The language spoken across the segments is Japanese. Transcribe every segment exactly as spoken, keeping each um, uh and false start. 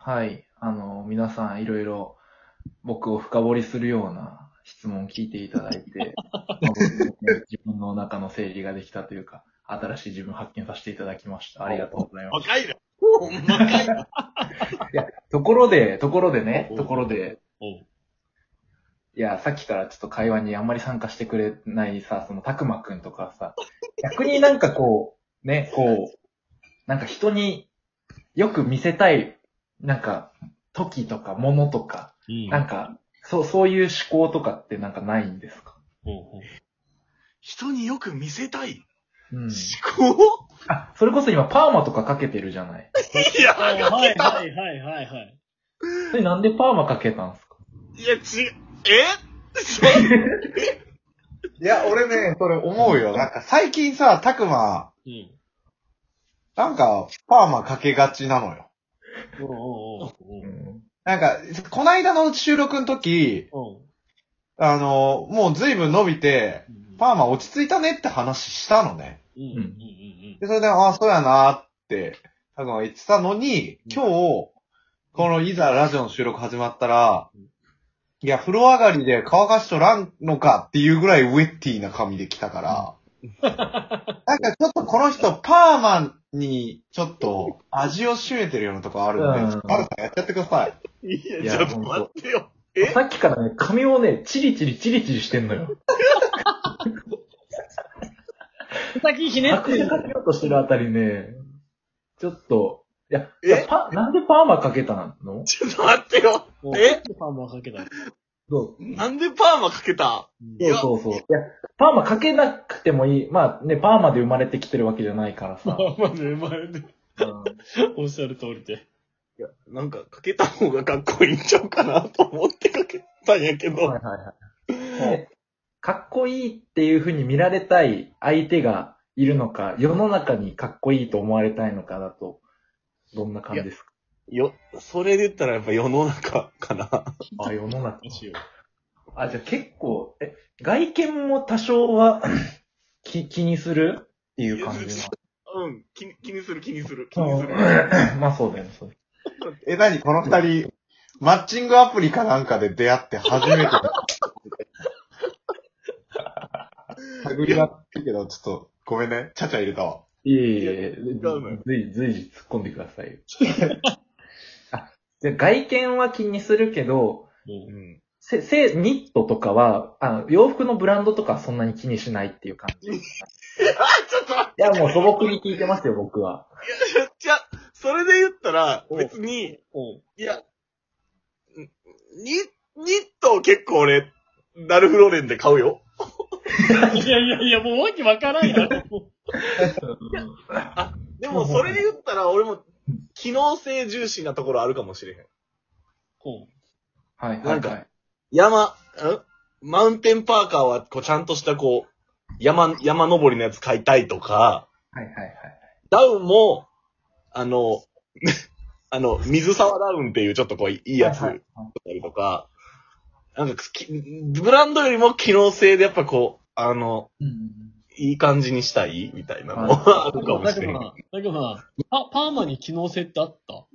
はい。あの、皆さんいろいろ僕を深掘りするような質問を聞いていただいて、まあ、僕もね、自分の中の整理ができたというか、新しい自分を発見させていただきました。ありがとうございます。 若いな。ほんまかいな。 いや、ところで、ところでね、ところで、いや、さっきからちょっと会話にあんまり参加してくれないさ、その、たくまくんとかさ、逆になんかこう、ね、こう、なんか人によく見せたい、なんか、時とか、ものとか、 うん。 なんか、そう、そういう思考とかってなんかないんですか？ ほうほう。 人によく見せたいうん。 思考あ、それこそ今パーマとかかけてるじゃない。 いや、 はいかけた。 はいはいはいはい。 それなんでパーマかけたんすか？ いや、ち、えそいや、俺ね、それ思うよ。なんか最近さ、たくま、 うん。 なんか、パーマかけがちなのよ。 おうおうおうおう。 ん。 なんか、こないだの収録の時、 おう。 あの、もう随分伸びて、 うん。 パーマ落ち着いたねって話したのね。 うんうんうんで、それで、ああ、そうやなーって、たくまが言ってたのに、今日、このいざラジオの収録始まったら、いや、風呂上がりで乾かしとらんのかっていうぐらいウェッティな髪で来たから、なんかちょっとこの人、パーマにちょっと味を占めてるようなとこあるんで、 うんちょっとパルさんやっちゃってください。 いや、 いやちょっと待ってよ。えさっきからね、髪をね、チリチリチリチリしてんのよ。 先ひねってる。 隠しかけようとしてるあたりね、ちょっと、いや、 えいやパなんでパーマかけたの？ ちょっと待ってよ。えパーマかけた。 そうなんでパーマかけたいやそうそうそう。いや、パーマかけなくてもいい。まあね、パーマで生まれてきてるわけじゃないからさ。 まで生まれて。 うんおっしゃる通りで。 いや、なんかかけた方がかっこいいんちゃうかなと思ってかけたんやけど。 はいはいはい。でかっこいいっていう風に見られたい相手がいるのか、世の中にかっこいいと思われたいのかだと、どんな感じですか？ よ、それで言ったらやっぱ世の中かな。 あ、世の中。 どうしよあ、じゃあ結構、え、外見も多少は気気にするっていう感じうん、気に気にする気にする気なにする。 の。まあそうだよね、そう。 え、なにこの二人、マッチングアプリかなんかで出会って初めて。探り合ってるけど、ちょっと、ごめんね。ちゃちゃ入れたわ。 いえいえ、 違うのよ随随時突っ込んでくださいよ。あ、じゃあ外見は気にするけど、 う。う。 うんん。 せ、せ、ニットとかは、あの、洋服のブランドとかはそんなに気にしないっていう感じ。いあ、ちょっと待って。 や、もう素朴に聞いてますよ、僕は。 いや、じゃ、それで言ったら、別に、 おう。 いや、ニ、ニットを結構俺、ダルフローレンで買うよ。 いやいやいや、もうわけわからんやろ。 あ、でもそれで言ったら俺も、機能性重視なところあるかもしれへん。 ほはい、はい、 なんかはい。 山、んマウンテンパーカーは、こう、ちゃんとしたこう、山、山登りのやつ買いたいとか、 はい、はい、はい。 ダウンも、あの、あの、水沢ダウンっていうちょっとこう、いいやつはい買ったりとか、なんかき、ブランドよりも機能性でやっぱこう、あの、 うん。 いい感じにしたいみたいなのははあるかもしれん。 だけどな、だけどな、パ、パーマに機能性ってあった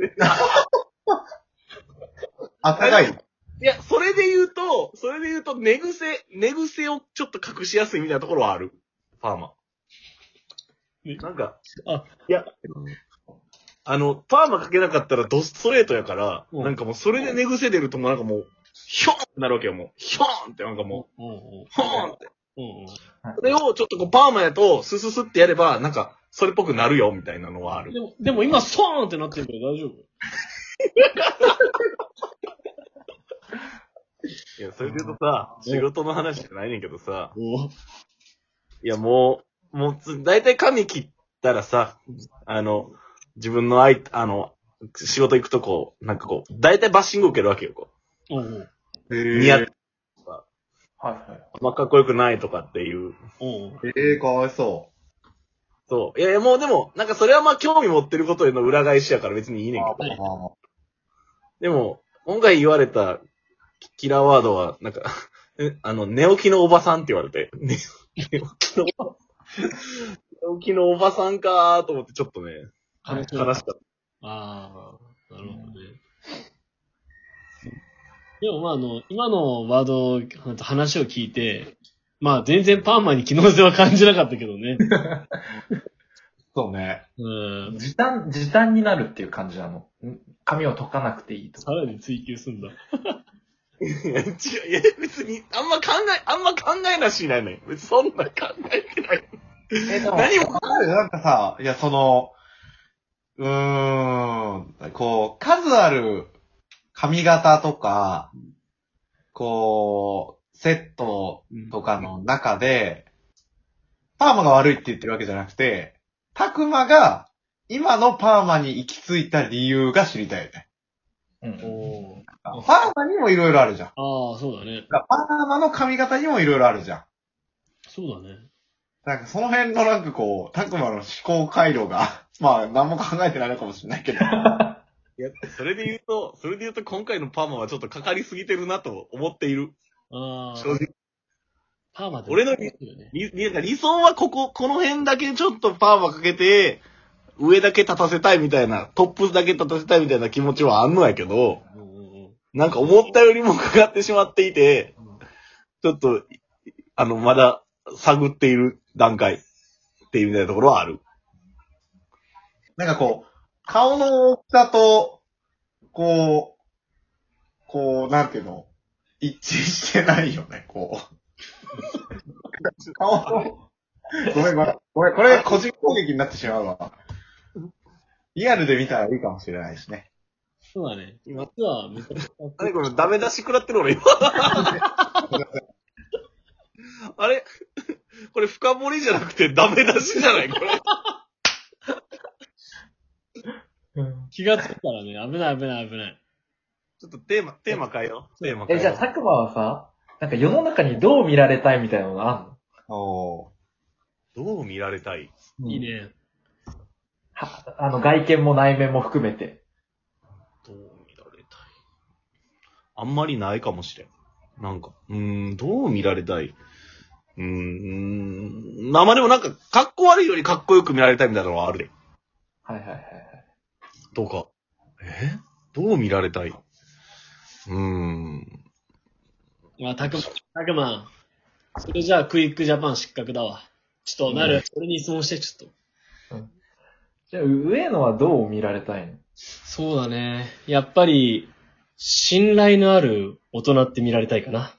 あったかい。 いや、それで言うと、それで言うと、寝癖、寝癖をちょっと隠しやすいみたいなところはある。パーマ。 ねなんか、 あ、 いや、あの、パーマかけなかったらドストレートやから、 うんなんかもうそれで寝癖出るともうなんかもう、ヒョーンってなるわけよ、もう。ヒョーンってなんかもう、 うんうん。 ヒョーンって。 うんうん。 それをちょっとこうパーマやと、スススってやれば、なんか、それっぽくなるよ、みたいなのはある。 でも、でも今、ソーンってなってるけど大丈夫？ いや、それで言うとさ、仕事の話じゃないねんけどさ、 おう。 いやもう、もうつ、だいたい髪切ったらさ、あの、自分のあい、あの、仕事行くとこう、なんかこう、だいたいバッシング受けるわけよ、こおうえう。似合っー、 はい、はい。 あんまかっこよくないとかっていう。 おう。 えー、かわいそそう。いやいや、もうでも、なんかそれはまあ興味持ってることへの裏返しやから別にいいねんけど。 はいあでも、今回言われたキラーワードは、なんか、えあの、寝起きのおばさんって言われて、寝寝起きの、寝起きのおばさんかーと思ってちょっとね、 悲しい悲しかった。 ああ、なるほどね。 でもまああの、今のワード、話を聞いて、まあ全然パーマに機能性は感じなかったけどね。 そうね。 うん。 時短、時短になるっていう感じなの。ん髪を解かなくていいとか。 さらに追求すんだ。 いや、違う、いや、別に、あんま考え、あんま考えなしないね。別にそんな考えてない。 え、でも、 何も、 なんかさ、いや、その、うーん、こう、数ある髪型とか、こう、セットとかの中で、パーマが悪いって言ってるわけじゃなくて、たくまが今のパーマに行き着いた理由が知りたいよね。 うん。 おー。 パーマにもいろいろあるじゃん。 ああ、そうだね。 パーマの髪型にもいろいろあるじゃん。 そうだね。 なんかその辺のなんかこう、たくまの思考回路が、まあ何も考えてないのかもしれないけど。 いや、それで言うと、それで言うと今回のパーマはちょっとかかりすぎてるなと思っている。 ああ。 正直。 パーマで。 俺の理、 理理理想はここ、この辺だけちょっとパーマかけて、上だけ立たせたいみたいな、トップだけ立たせたいみたいな気持ちはあんのやけど、 うんうんうん。 なんか思ったよりもかかってしまっていて、ちょっと、あの、まだ探っている段階っていうみたいなところはある。 なんかこう、顔の大きさと、こう、こう、なんていうの、一致してないよね、こう。顔の、ごめんごめん。ごめん、これ個人攻撃になってしまうわ。リアルで見たらいいかもしれないですね。 そうだね。 今実はめちゃくちゃ。 何これダメ出し食らってる俺今。あれこれ深掘りじゃなくてダメ出しじゃないこれ。 気がついたらね、危ない危ない危ない。 ちょっとテーマ、テーマ変えよう。テーマ変え、 えよう。 じゃあ、たくまはさ、なんか世の中にどう見られたいみたいなのがあるの？ おー。 どう見られたい？ いい。ね。 は、あの、外見も内面も含めて。 どう見られたい？あんまりないかもしれん。なんか、うーん、どう見られたい？うーん、まあまあでもなんか、かっこ悪いよりかっこよく見られたいみたいなのはあるで。 はいはいはいはい。 どうか。えどう見られたい？うーん。 まあ、たくま、たくま。それじゃあ、クイックジャパン失格だわ。ちょっと、なる、俺に質問して、ちょっと。 じゃあ、上野はどう見られたいの？ そうだね。やっぱり、信頼のある大人って見られたいかな。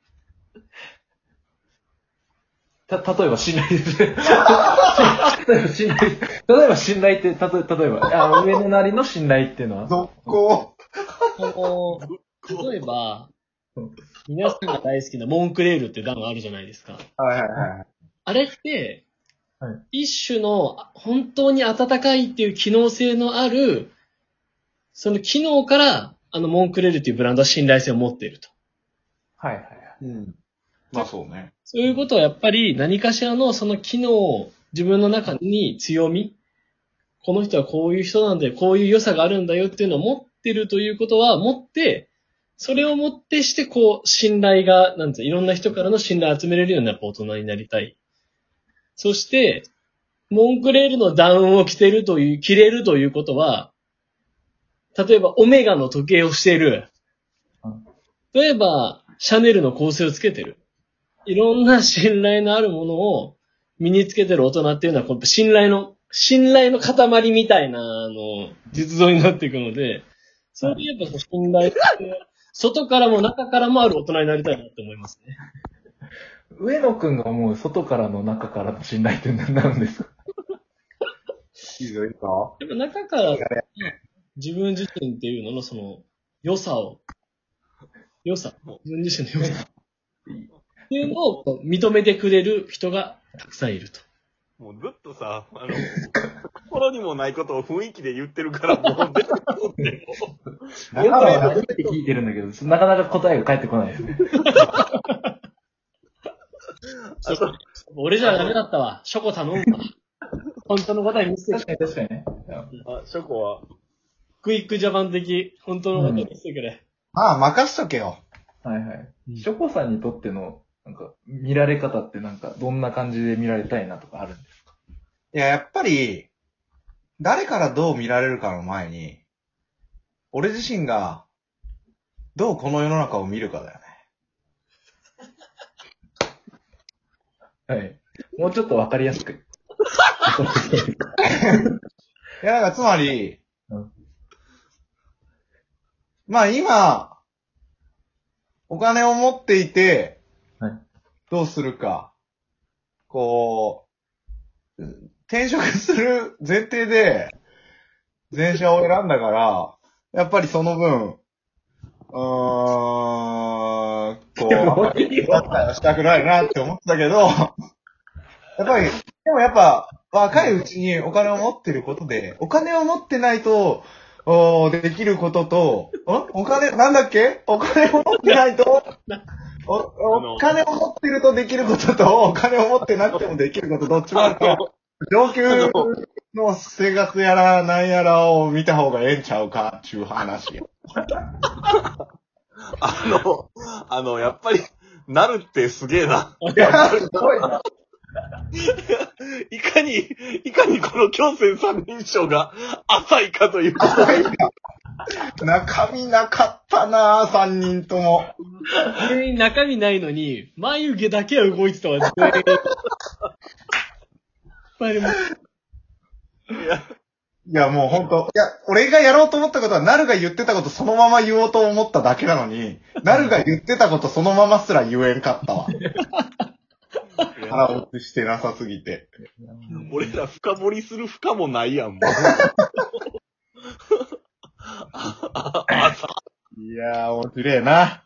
た、例えば信頼です。例えば信頼、例えば信頼って、たと、例えば、あ、上野なりの信頼っていうのは？ 続行。 あの、例えば、皆さんが大好きなモンクレールってダムあるじゃないですか。 はいはいはい。 あれって、 はい一種の本当に温かいっていう機能性のある、その機能から、あのモンクレールっていうブランドは信頼性を持っていると。 はいはいはい。 うん。まあそうね。 そういうことはやっぱり何かしらのその機能を自分の中に強み、この人はこういう人なんだよ、こういう良さがあるんだよっていうのを持ってるということは持って、それをもってしてこう信頼が、なんていうのいろんな人からの信頼を集めれるようなやっぱ大人になりたい。そして、モンクレールのダウンを着てるという、着れるということは、例えばオメガの時計をしている。例えば、シャネルの香水をつけてる。いろんな信頼のあるものを身につけてる大人っていうのは、こう信頼の、信頼の塊みたいな、あの、実像になっていくので、そういうやっぱ信頼って、外からも中からもある大人になりたいなって思いますね。 上野くんが思う外からの中からの信頼って何なんですか？ いいぞいいぞ。 やっぱ中から自分自身っていうののその良さを、良さ、自分自身の良さっていうのをこう認めてくれる人がたくさんいると。 もうずっとさ、あの、心にもないことを雰囲気で言ってるから、もう出てこんでも。 よく初めて聞いてるんだけど、なかなか答えが返ってこないですね。 あと俺じゃダメだったわ。ショコ頼むわ。本当の答え見せて確かに確かにね。 あ、ショコは、 クイックジャパン的、本当の答え見せてくれ。 まあ任しとけよ。 はいはい。 うんショコさんにとっての、なんか、見られ方ってなんか、どんな感じで見られたいなとかあるんですか？ いや、やっぱり、誰からどう見られるかの前に、俺自身が、 どうこの世の中を見るかだよね。 はい。もうちょっとわかりやすく。 いや、なんかつまり、 うん、 まあ今、お金を持っていて、 はい、 どうするか。こう、転職する前提で、前者を選んだから、やっぱりその分、うーん、こう、したくないなって思ってたけど、やっぱり、でもやっぱ、若いうちにお金を持ってることで、お金を持ってないと、おできることと、んお金、なんだっけお金を持ってないと、お、お金を持ってるとできることと、お金を持ってなくてもできること、どっちもあるから、上級の生活やらなんやらを見た方がええんちゃうか、ちゅう話よ。 あの、あの、やっぱり、なるってすげえな。 いや、すごいな。 いかに、いかにこの強制三人称が浅いかということで。 中身なかったなぁ、三人とも。 全員中身ないのに、眉毛だけは動いてたわ、全員。まあでも、 いや、 いや、もうほんと。いや、俺がやろうと思ったことは、なるが言ってたことそのまま言おうと思っただけなのに、なるが言ってたことそのまますら言えんかったわ。腹落ちしてなさすぎて。 俺ら深掘りする深もないやん、もう。 いやー、面白いな。